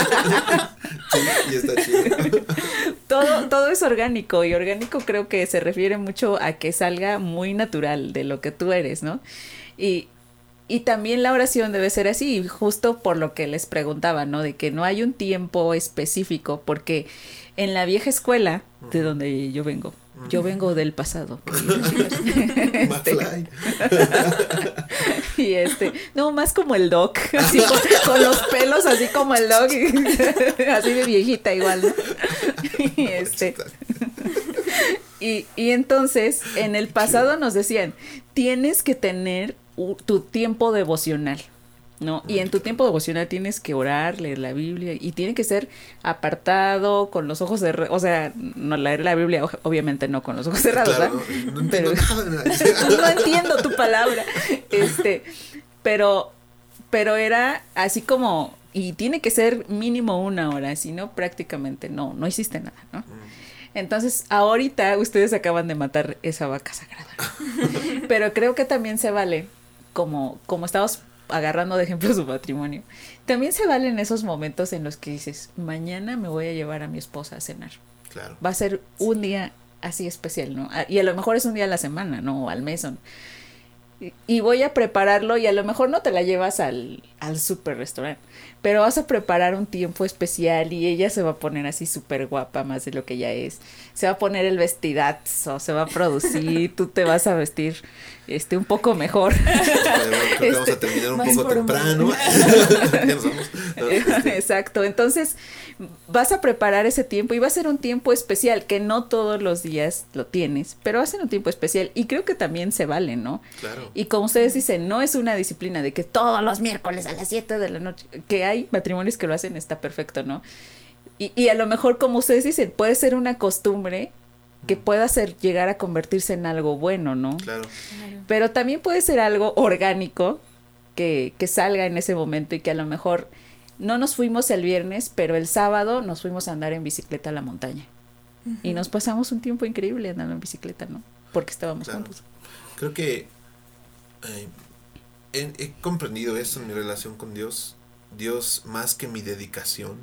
y está chido.
Todo es orgánico, y orgánico creo que se refiere mucho a que salga muy natural de lo que tú eres, ¿no? Y también la oración debe ser así, justo por lo que les preguntaba, ¿no? De que no hay un tiempo específico, porque en la vieja escuela, de donde yo vengo del pasado. Y no, más como el Doc, así con los pelos así como el Doc, así de viejita igual, ¿no? Y entonces, en el pasado nos decían, tienes que tener tu tiempo devocional, ¿no? Y en tu tiempo devocional tienes que orar, leer la Biblia, y tiene que ser apartado, con los ojos cerrados, o sea, no leer la Biblia, obviamente no con los ojos cerrados,
claro,
¿verdad?
No entiendo nada.
No entiendo tu palabra, pero era así como, y tiene que ser mínimo 1 hora, si no, prácticamente no hiciste nada, ¿no? Entonces, ahorita ustedes acaban de matar esa vaca sagrada, pero creo que también se vale, como estamos agarrando de ejemplo su matrimonio, también se vale en esos momentos en los que dices, mañana me voy a llevar a mi esposa a cenar.
Claro.
Va a ser un día así especial, ¿no? Y a lo mejor es un día a la semana, ¿no? O al mes. Y voy a prepararlo, y a lo mejor no te la llevas al super restaurante, pero vas a preparar un tiempo especial y ella se va a poner así súper guapa, más de lo que ya es. Se va a poner el vestidazo, se va a producir, tú te vas a vestir un poco mejor.
Creo que vamos a terminar un poco temprano. Ya nos vamos.
Exacto, entonces vas a preparar ese tiempo y va a ser un tiempo especial, que no todos los días lo tienes, pero va a ser un tiempo especial, y creo que también se vale, ¿no?
Claro.
Y como ustedes dicen, no es una disciplina de que todos los miércoles a las 7 de la noche, que hay matrimonios que lo hacen, está perfecto, ¿no? Y a lo mejor, como ustedes dicen, puede ser una costumbre que pueda llegar a convertirse en algo bueno, ¿no?
Claro.
Pero también puede ser algo orgánico que salga en ese momento, y que a lo mejor no nos fuimos el viernes, pero el sábado nos fuimos a andar en bicicleta a la montaña. Uh-huh. Y nos pasamos un tiempo increíble andando en bicicleta, ¿no? Porque estábamos juntos.
Creo que he comprendido eso en mi relación con Dios. Dios, más que mi dedicación,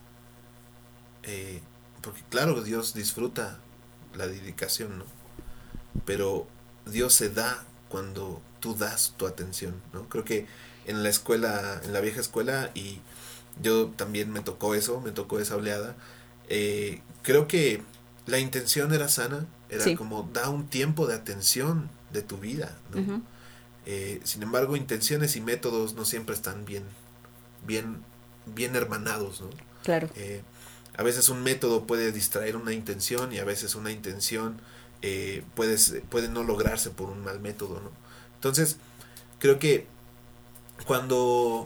porque claro, Dios disfruta la dedicación, ¿no? Pero Dios se da cuando tú das tu atención, ¿no? Creo que en la escuela, en la vieja escuela, y yo también me tocó esa oleada, creo que la intención era sana, era sí. Como da un tiempo de atención de tu vida, ¿no? Uh-huh. Sin embargo, intenciones y métodos no siempre están bien hermanados, ¿no?
Claro.
A veces un método puede distraer una intención, y a veces una intención puede no lograrse por un mal método, ¿no? Entonces, creo que cuando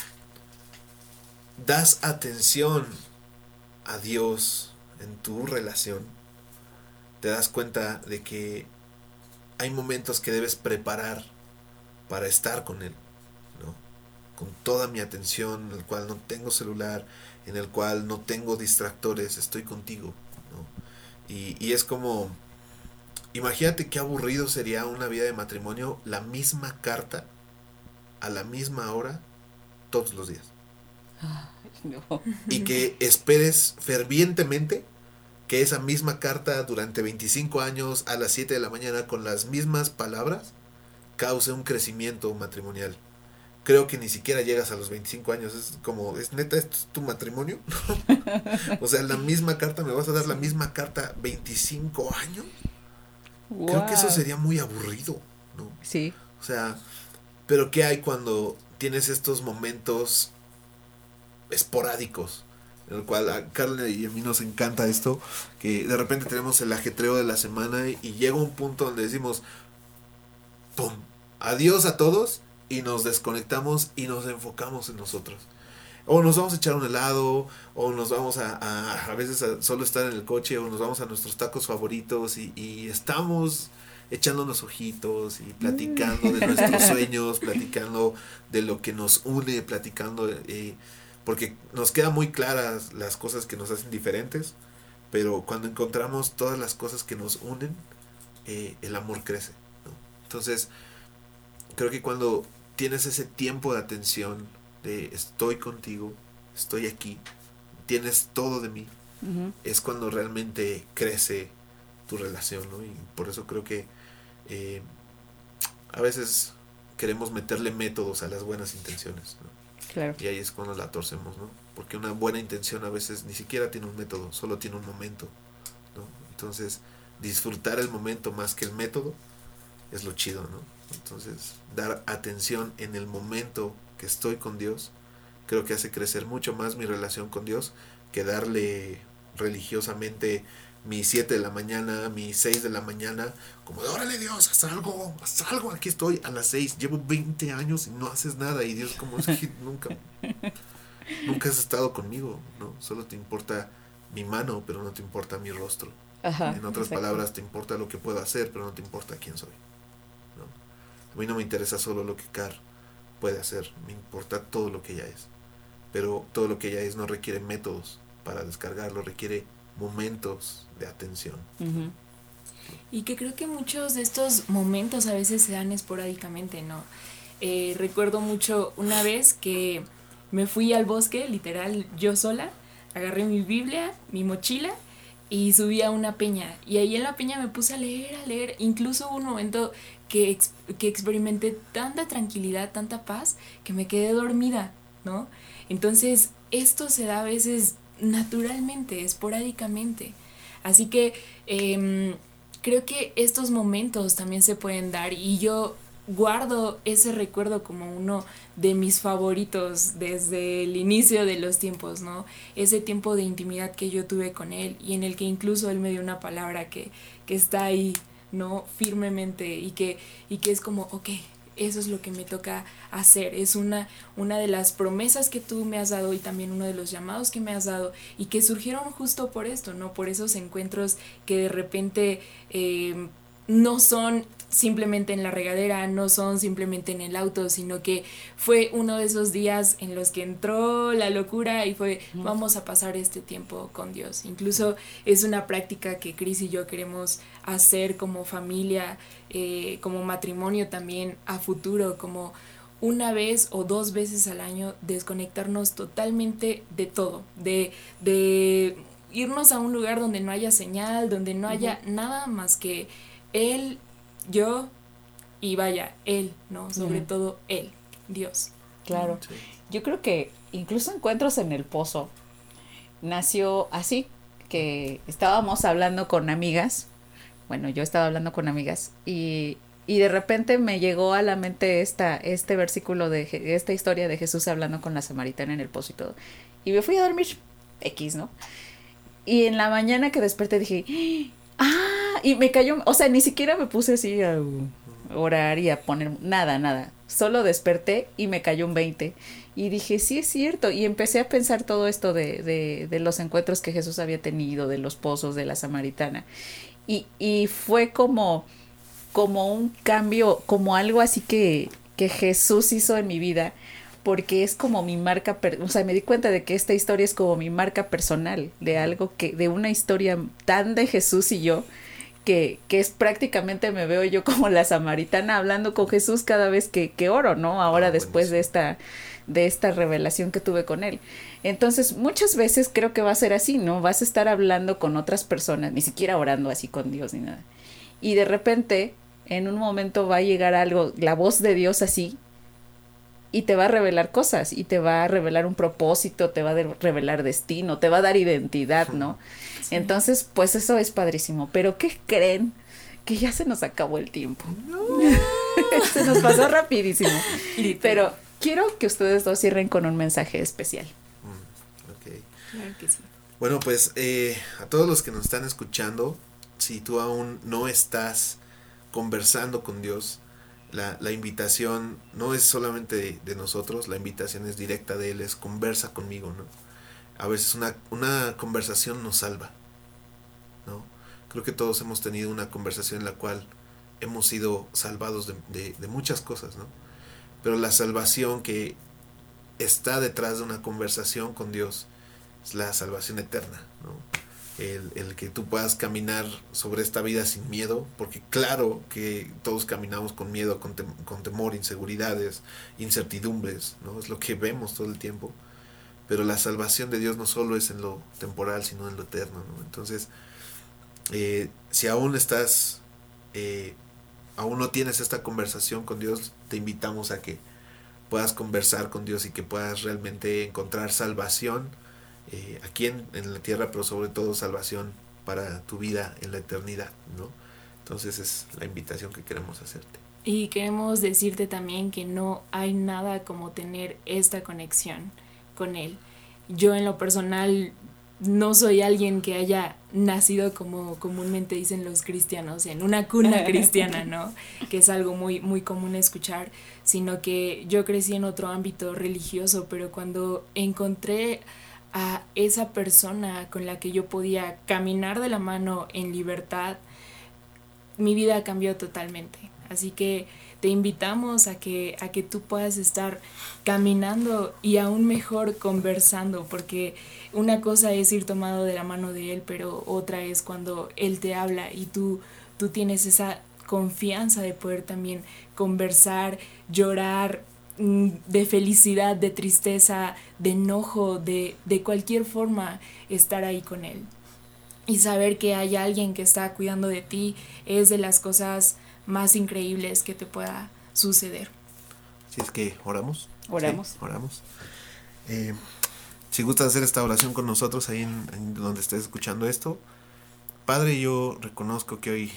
das atención a Dios en tu relación, te das cuenta de que hay momentos que debes preparar para estar con Él, ¿no? con toda mi atención, en el cual no tengo celular, en el cual no tengo distractores, estoy contigo, ¿no? Y es como, imagínate qué aburrido sería una vida de matrimonio, la misma carta, a la misma hora, todos los días.
No.
Y que esperes fervientemente que esa misma carta durante 25 años a las 7 de la mañana con las mismas palabras cause un crecimiento matrimonial. Creo que ni siquiera llegas a los 25 años. Es como, ¿es neta esto es tu matrimonio? O sea, la misma carta, ¿me vas a dar la misma carta 25 años?
Wow.
Creo que eso sería muy aburrido, ¿no?
Sí.
O sea, pero ¿qué hay cuando tienes estos momentos esporádicos? En el cual a Carla y a mí nos encanta esto, que de repente tenemos el ajetreo de la semana y llega un punto donde decimos, ¡pum! Adiós a todos, y nos desconectamos y nos enfocamos en nosotros. O nos vamos a echar un helado, o nos vamos a veces a solo estar en el coche, o nos vamos a nuestros tacos favoritos y estamos echándonos ojitos y platicando de nuestros sueños, platicando de lo que nos une, platicando, porque nos quedan muy claras las cosas que nos hacen diferentes, pero cuando encontramos todas las cosas que nos unen, el amor crece, ¿no? Entonces, creo que cuando tienes ese tiempo de atención, de estoy contigo, estoy aquí, tienes todo de mí,
Uh-huh.
es cuando realmente crece tu relación, ¿no? Y por eso creo que a veces queremos meterle métodos a las buenas intenciones, ¿no?
Claro.
Y ahí es cuando la torcemos, ¿no? Porque una buena intención a veces ni siquiera tiene un método, solo tiene un momento, ¿no? Entonces, disfrutar el momento más que el método es lo chido, ¿no? Entonces, dar atención en el momento que estoy con Dios, creo que hace crecer mucho más mi relación con Dios que darle religiosamente mis 7 de la mañana, mis 6 de la mañana, como de órale Dios, haz algo, aquí estoy a las 6, llevo 20 años y no haces nada, y Dios como es que nunca has estado conmigo, ¿no? Solo te importa mi mano, pero no te importa mi rostro.
Ajá,
En otras
exacto.
palabras, te importa lo que puedo hacer, pero no te importa quién soy, ¿no? A mí no me interesa solo lo que Car puede hacer, me importa todo lo que ella es, pero todo lo que ella es no requiere métodos para descargarlo, requiere momentos de atención.
Uh-huh.
Y que creo que muchos de estos momentos a veces se dan esporádicamente, ¿no? Recuerdo mucho una vez que me fui al bosque, literal, yo sola, agarré mi Biblia, mi mochila y subí a una peña. Y ahí en la peña me puse a leer. Incluso hubo un momento que experimenté tanta tranquilidad, tanta paz, que me quedé dormida, ¿no? Entonces, esto se da a veces naturalmente, esporádicamente. Así que creo que estos momentos también se pueden dar y yo guardo ese recuerdo como uno de mis favoritos desde el inicio de los tiempos, ¿no? Ese tiempo de intimidad que yo tuve con él y en el que incluso él me dio una palabra que está ahí, ¿no? Firmemente y que es como, ok, eso es lo que me toca hacer, es una de las promesas que tú me has dado y también uno de los llamados que me has dado y que surgieron justo por esto, ¿no? Por esos encuentros que de repente no son simplemente en la regadera, no son simplemente en el auto, sino que fue uno de esos días en los que entró la locura y fue, vamos a pasar este tiempo con Dios. Incluso es una práctica que Cris y yo queremos hacer como familia, como matrimonio también a futuro, como una vez o 2 veces al año desconectarnos totalmente de todo, de irnos a un lugar donde no haya señal, donde no haya nada más que Él, yo y vaya, Él, ¿no? Sobre todo Él, Dios.
Claro.
Sí.
Yo creo que incluso Encuentros en el Pozo nació así, que estábamos hablando con amigas, bueno, yo estaba hablando con amigas y de repente me llegó a la mente este versículo de esta historia de Jesús hablando con la samaritana en el pozo y todo. Y me fui a dormir X, ¿no? Y en la mañana que desperté dije, y me cayó, o sea, ni siquiera me puse así a orar y a poner nada. Solo desperté y me cayó un 20. Y dije, sí es cierto. Y empecé a pensar todo esto de los encuentros que Jesús había tenido, de los pozos, de la samaritana. Y fue como un cambio, como algo así que Jesús hizo en mi vida. porque es como mi marca, o sea, me di cuenta de que esta historia es como mi marca personal, de algo de una historia tan de Jesús y yo, que es prácticamente me veo yo como la samaritana hablando con Jesús cada vez que oro, ¿no? Ahora después de esta revelación que tuve con él. Entonces, muchas veces creo que va a ser así, ¿no? Vas a estar hablando con otras personas, ni siquiera orando así con Dios ni nada. Y de repente, en un momento va a llegar algo, la voz de Dios así, y te va a revelar cosas, y te va a revelar un propósito, te va a revelar destino, te va a dar identidad, ¿no? Sí. Entonces, pues eso es padrísimo. Pero ¿qué creen? Que ya se nos acabó el tiempo. No. Se nos pasó rapidísimo. Pero quiero que ustedes dos cierren con un mensaje especial.
Okay.
Claro que sí.
Bueno, pues a todos los que nos están escuchando, si tú aún no estás conversando con Dios, la invitación no es solamente de nosotros, la invitación es directa de Él, es conversa conmigo, ¿no? A veces una conversación nos salva, ¿no? Creo que todos hemos tenido una conversación en la cual hemos sido salvados de muchas cosas, ¿no? Pero la salvación que está detrás de una conversación con Dios es la salvación eterna, ¿no? El que tú puedas caminar sobre esta vida sin miedo, porque claro que todos caminamos con miedo, con temor, inseguridades, incertidumbres, ¿no? Es lo que vemos todo el tiempo, pero la salvación de Dios no solo es en lo temporal, sino en lo eterno, ¿no? Entonces, si aún aún no tienes esta conversación con Dios, te invitamos a que puedas conversar con Dios y que puedas realmente encontrar salvación aquí en la tierra, pero sobre todo salvación para tu vida en la eternidad, ¿no? Entonces es la invitación que queremos hacerte.
Y queremos decirte también que no hay nada como tener esta conexión con Él. Yo en lo personal no soy alguien que haya nacido, como comúnmente dicen los cristianos, en una cuna cristiana, ¿no? Que es algo muy, muy común escuchar, sino que yo crecí en otro ámbito religioso, pero cuando encontré a esa persona con la que yo podía caminar de la mano en libertad, mi vida cambió totalmente. Así que te invitamos a que tú puedas estar caminando y aún mejor conversando, porque una cosa es ir tomado de la mano de Él, pero otra es cuando Él te habla y tú tienes esa confianza de poder también conversar, llorar, de felicidad, de tristeza, de enojo, de cualquier forma, estar ahí con Él. Y saber que hay alguien que está cuidando de ti es de las cosas más increíbles que te pueda suceder.
Si es que oramos.
Oramos.
Sí, oramos. Si gustas hacer esta oración con nosotros ahí en donde estés escuchando esto. Padre, yo reconozco que hoy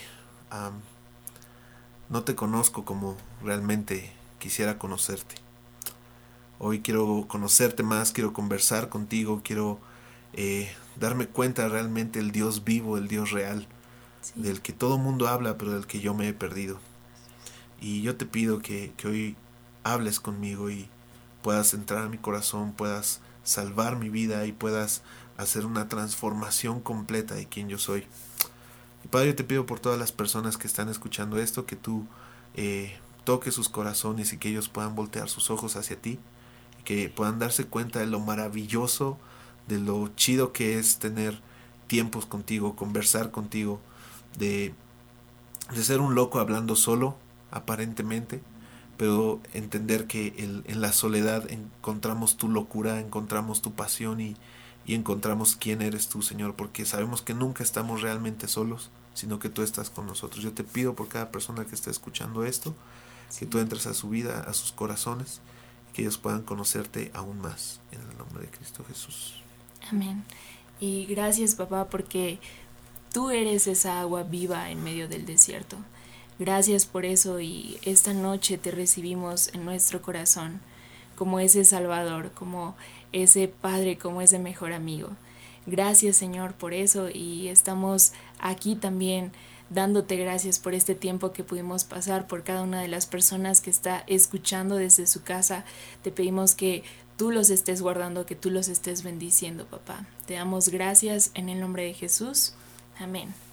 no te conozco como realmente quisiera conocerte. Hoy quiero conocerte más, quiero conversar contigo, quiero darme cuenta realmente del Dios vivo, el Dios real, sí, del que todo mundo habla, pero del que yo me he perdido. Y yo te pido que hoy hables conmigo y puedas entrar a mi corazón, puedas salvar mi vida y puedas hacer una transformación completa de quien yo soy. Y Padre, yo te pido por todas las personas que están escuchando esto, que tú toques sus corazones y que ellos puedan voltear sus ojos hacia ti y que puedan darse cuenta de lo maravilloso, de lo chido que es tener tiempos contigo, conversar contigo, de ser un loco hablando solo, aparentemente, pero entender que en la soledad encontramos tu locura, encontramos tu pasión y encontramos quién eres tú, Señor, porque sabemos que nunca estamos realmente solos, sino que tú estás con nosotros. Yo te pido por cada persona que esté escuchando esto, que tú entres a su vida, a sus corazones, que ellos puedan conocerte aún más, en el nombre de Cristo Jesús.
Amén. Y gracias, papá, porque tú eres esa agua viva en medio del desierto. Gracias por eso, y esta noche te recibimos en nuestro corazón como ese Salvador, como ese Padre, como ese mejor amigo. Gracias, Señor, por eso, y estamos aquí también dándote gracias por este tiempo que pudimos pasar, por cada una de las personas que está escuchando desde su casa. Te pedimos que tú los estés guardando, que tú los estés bendiciendo, papá. Te damos gracias en el nombre de Jesús. Amén.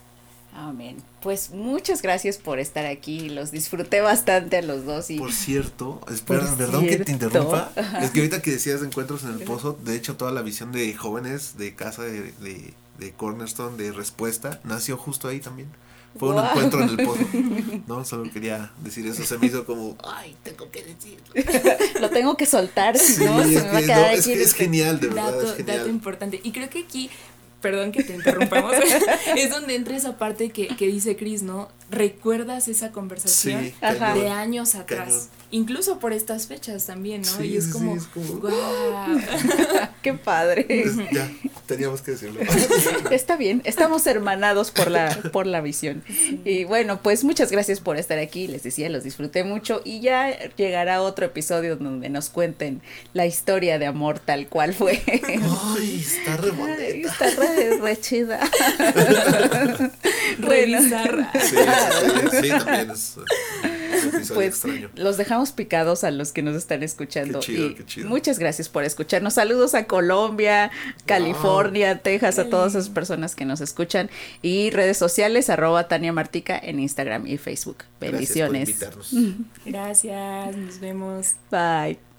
Amén. Pues muchas gracias por estar aquí. Los disfruté bastante a los dos. Y
por cierto, espera, perdón que te interrumpa. Es que ahorita que decías de Encuentros en el Pozo, de hecho toda la visión de jóvenes de casa de Cornerstone, de Respuesta, nació justo ahí también. Fue un encuentro en el pozo. No, solo quería decir eso. Se me hizo como, ay, tengo que decirlo.
Lo tengo que soltar, si
Sí,
no, se me va a quedar aquí.
es genial, de verdad.
Dato,
Es genial.
dato importante. Y creo que aquí, perdón que te interrumpamos, es donde entra esa parte que dice Cris, ¿no? ¿Recuerdas esa conversación
Sí, cañón,
de años atrás?
cañón.
Incluso por estas fechas también, ¿no?
Sí,
y es
sí,
como,
es como,
¡guau!
Qué padre.
Ya, teníamos que decirlo.
Está bien, estamos hermanados por la visión. Y bueno, pues muchas gracias por estar aquí. Les decía, los disfruté mucho y ya llegará otro episodio donde nos cuenten la historia de amor tal cual fue.
Ay, está re
Ay,
bonita.
está re chida.
Revisar.
Sí, sí, también es un episodio
Pues
extraño.
los dejamos picados a los que nos están escuchando.
Qué chido,
y
qué chido.
muchas gracias por escucharnos. Saludos a Colombia, California, Texas, a todas esas personas que nos escuchan. Y redes sociales, @Tania Martica en Instagram y Facebook. Bendiciones.
Gracias por invitarnos.
Gracias, nos vemos.
Bye.